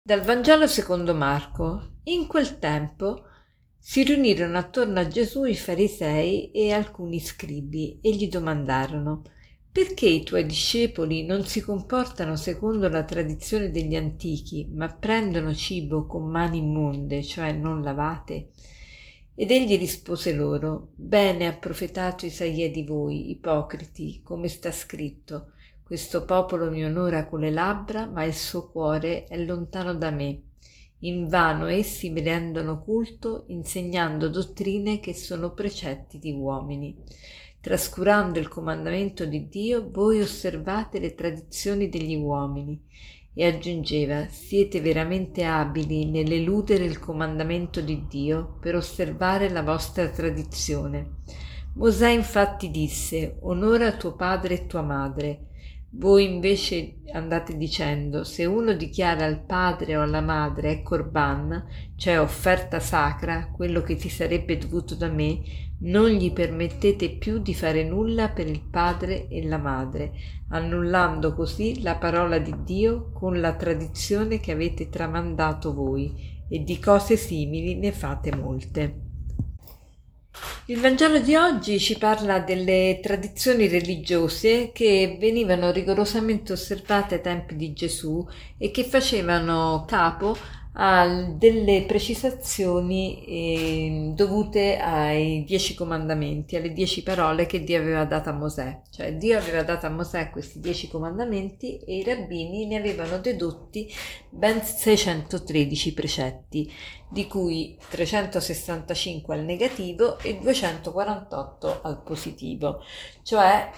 Dal Vangelo secondo Marco. In quel tempo si riunirono attorno a Gesù i farisei e alcuni scribi e gli domandarono: perché i tuoi discepoli non si comportano secondo la tradizione degli antichi, ma prendono cibo con mani immonde, cioè non lavate? Ed egli rispose loro: bene ha profetato Isaia di voi, ipocriti, come sta scritto: questo popolo mi onora con le labbra, ma il suo cuore è lontano da me. Invano essi mi rendono culto, insegnando dottrine che sono precetti di uomini. Trascurando il comandamento di Dio, voi osservate le tradizioni degli uomini. E aggiungeva: siete veramente abili nell'eludere il comandamento di Dio per osservare la vostra tradizione. Mosè infatti disse: onora tuo padre e tua madre. Voi invece andate dicendo: se uno dichiara al padre o alla madre è Corban, cioè offerta sacra, quello che ti sarebbe dovuto da me, non gli permettete più di fare nulla per il padre e la madre, annullando così la parola di Dio con la tradizione che avete tramandato voi, e di cose simili ne fate molte. Il Vangelo di oggi ci parla delle tradizioni religiose che venivano rigorosamente osservate ai tempi di Gesù e che facevano capo a delle precisazioni dovute ai 10 comandamenti, alle 10 parole che Dio aveva dato a Mosè. Cioè Dio aveva dato a Mosè questi 10 comandamenti e i rabbini ne avevano dedotti ben 613 precetti, di cui 365 al negativo e 248 al positivo. Cioè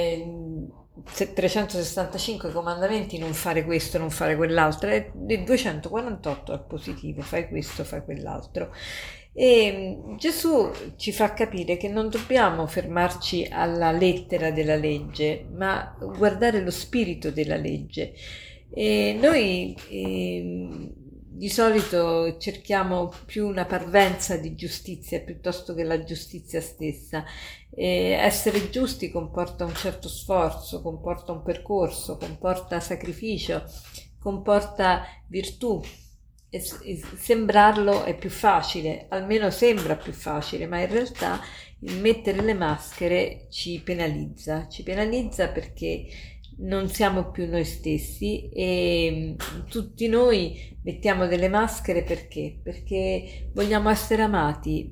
365 comandamenti: non fare questo, non fare quell'altro, e 248 al positivo: fai questo, fai quell'altro. E Gesù ci fa capire che non dobbiamo fermarci alla lettera della legge, ma guardare lo spirito della legge. E noi di solito cerchiamo più una parvenza di giustizia piuttosto che la giustizia stessa. Essere giusti comporta un certo sforzo, comporta un percorso, comporta sacrificio, comporta virtù. E sembrarlo è più facile, almeno sembra più facile, ma in realtà il mettere le maschere ci penalizza perché non siamo più noi stessi e tutti noi mettiamo delle maschere perché vogliamo essere amati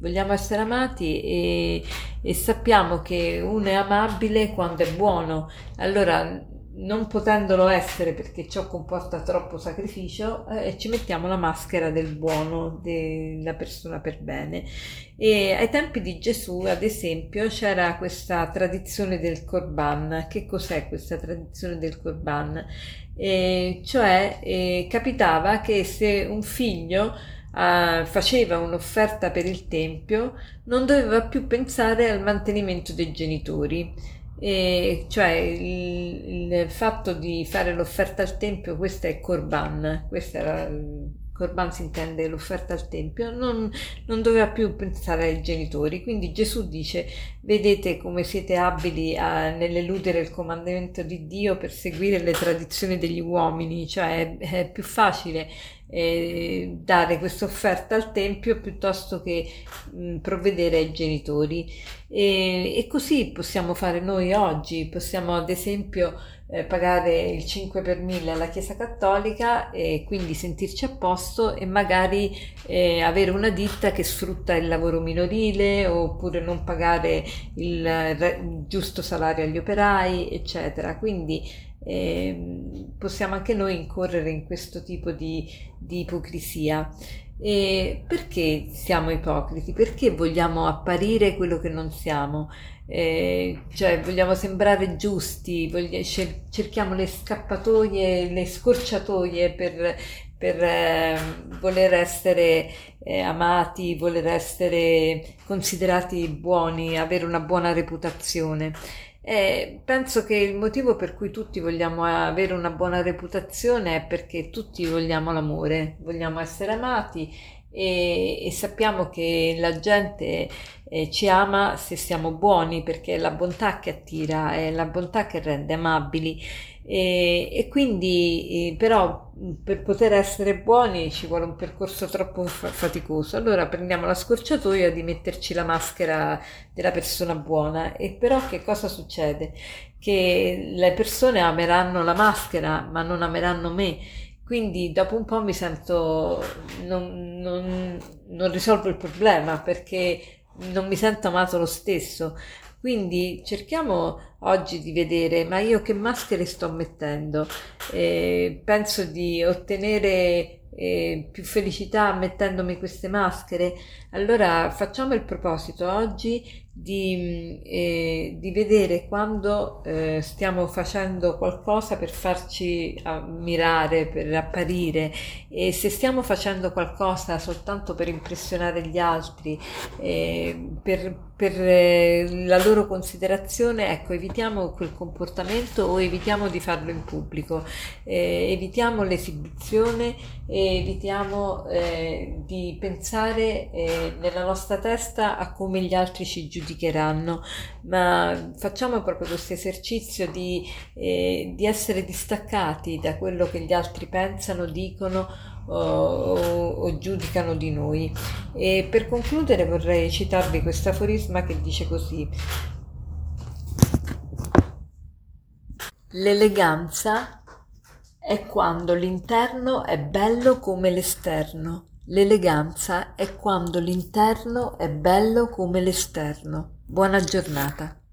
e sappiamo che uno è amabile quando è buono. Allora, non potendolo essere perché ciò comporta troppo sacrificio, ci mettiamo la maschera del buono, della persona per bene. E ai tempi di Gesù, ad esempio, c'era questa tradizione del Corban. Che cos'è questa tradizione del Corban? Capitava che se un figlio faceva un'offerta per il tempio, non doveva più pensare al mantenimento dei genitori. Cioè il fatto di fare l'offerta al tempio, questo è Corban, questa era Corban, si intende l'offerta al tempio, non doveva più pensare ai genitori. Quindi Gesù dice: vedete come siete abili nell'eludere il comandamento di Dio per seguire le tradizioni degli uomini, cioè è più facile dare questa offerta al tempio piuttosto che provvedere ai genitori. E così possiamo fare noi oggi. Possiamo ad esempio pagare il 5 per 1000 alla Chiesa Cattolica e quindi sentirci a posto e magari avere una ditta che sfrutta il lavoro minorile, oppure non pagare il giusto salario agli operai, eccetera. Quindi possiamo anche noi incorrere in questo tipo di ipocrisia. E perché siamo ipocriti? Perché vogliamo apparire quello che non siamo? Cioè vogliamo sembrare giusti, cerchiamo le scappatoie, le scorciatoie per voler essere amati, voler essere considerati buoni, avere una buona reputazione. Penso che il motivo per cui tutti vogliamo avere una buona reputazione è perché tutti vogliamo l'amore, vogliamo essere amati e sappiamo che la gente ci ama se siamo buoni, perché è la bontà che attira, è la bontà che rende amabili. E quindi però per poter essere buoni ci vuole un percorso troppo faticoso. Allora prendiamo la scorciatoia di metterci la maschera della persona buona, e però che cosa succede? Che le persone ameranno la maschera ma non ameranno me, quindi dopo un po' mi sento, non risolvo il problema, perché non mi sento amato lo stesso. Quindi cerchiamo oggi di vedere, ma io che maschere sto mettendo? Penso di ottenere più felicità mettendomi queste maschere? Allora facciamo il proposito oggi di vedere quando stiamo facendo qualcosa per farci ammirare, per apparire, e se stiamo facendo qualcosa soltanto per impressionare gli altri, per la loro considerazione, ecco, evitiamo quel comportamento o evitiamo di farlo in pubblico, evitiamo l'esibizione e evitiamo di pensare nella nostra testa a come gli altri ci giudicheranno, ma facciamo proprio questo esercizio di essere distaccati da quello che gli altri pensano, dicono o giudicano di noi. E per concludere vorrei citarvi questo aforisma che dice così: l'eleganza è quando l'interno è bello come l'esterno. L'eleganza è quando l'interno è bello come l'esterno. Buona giornata.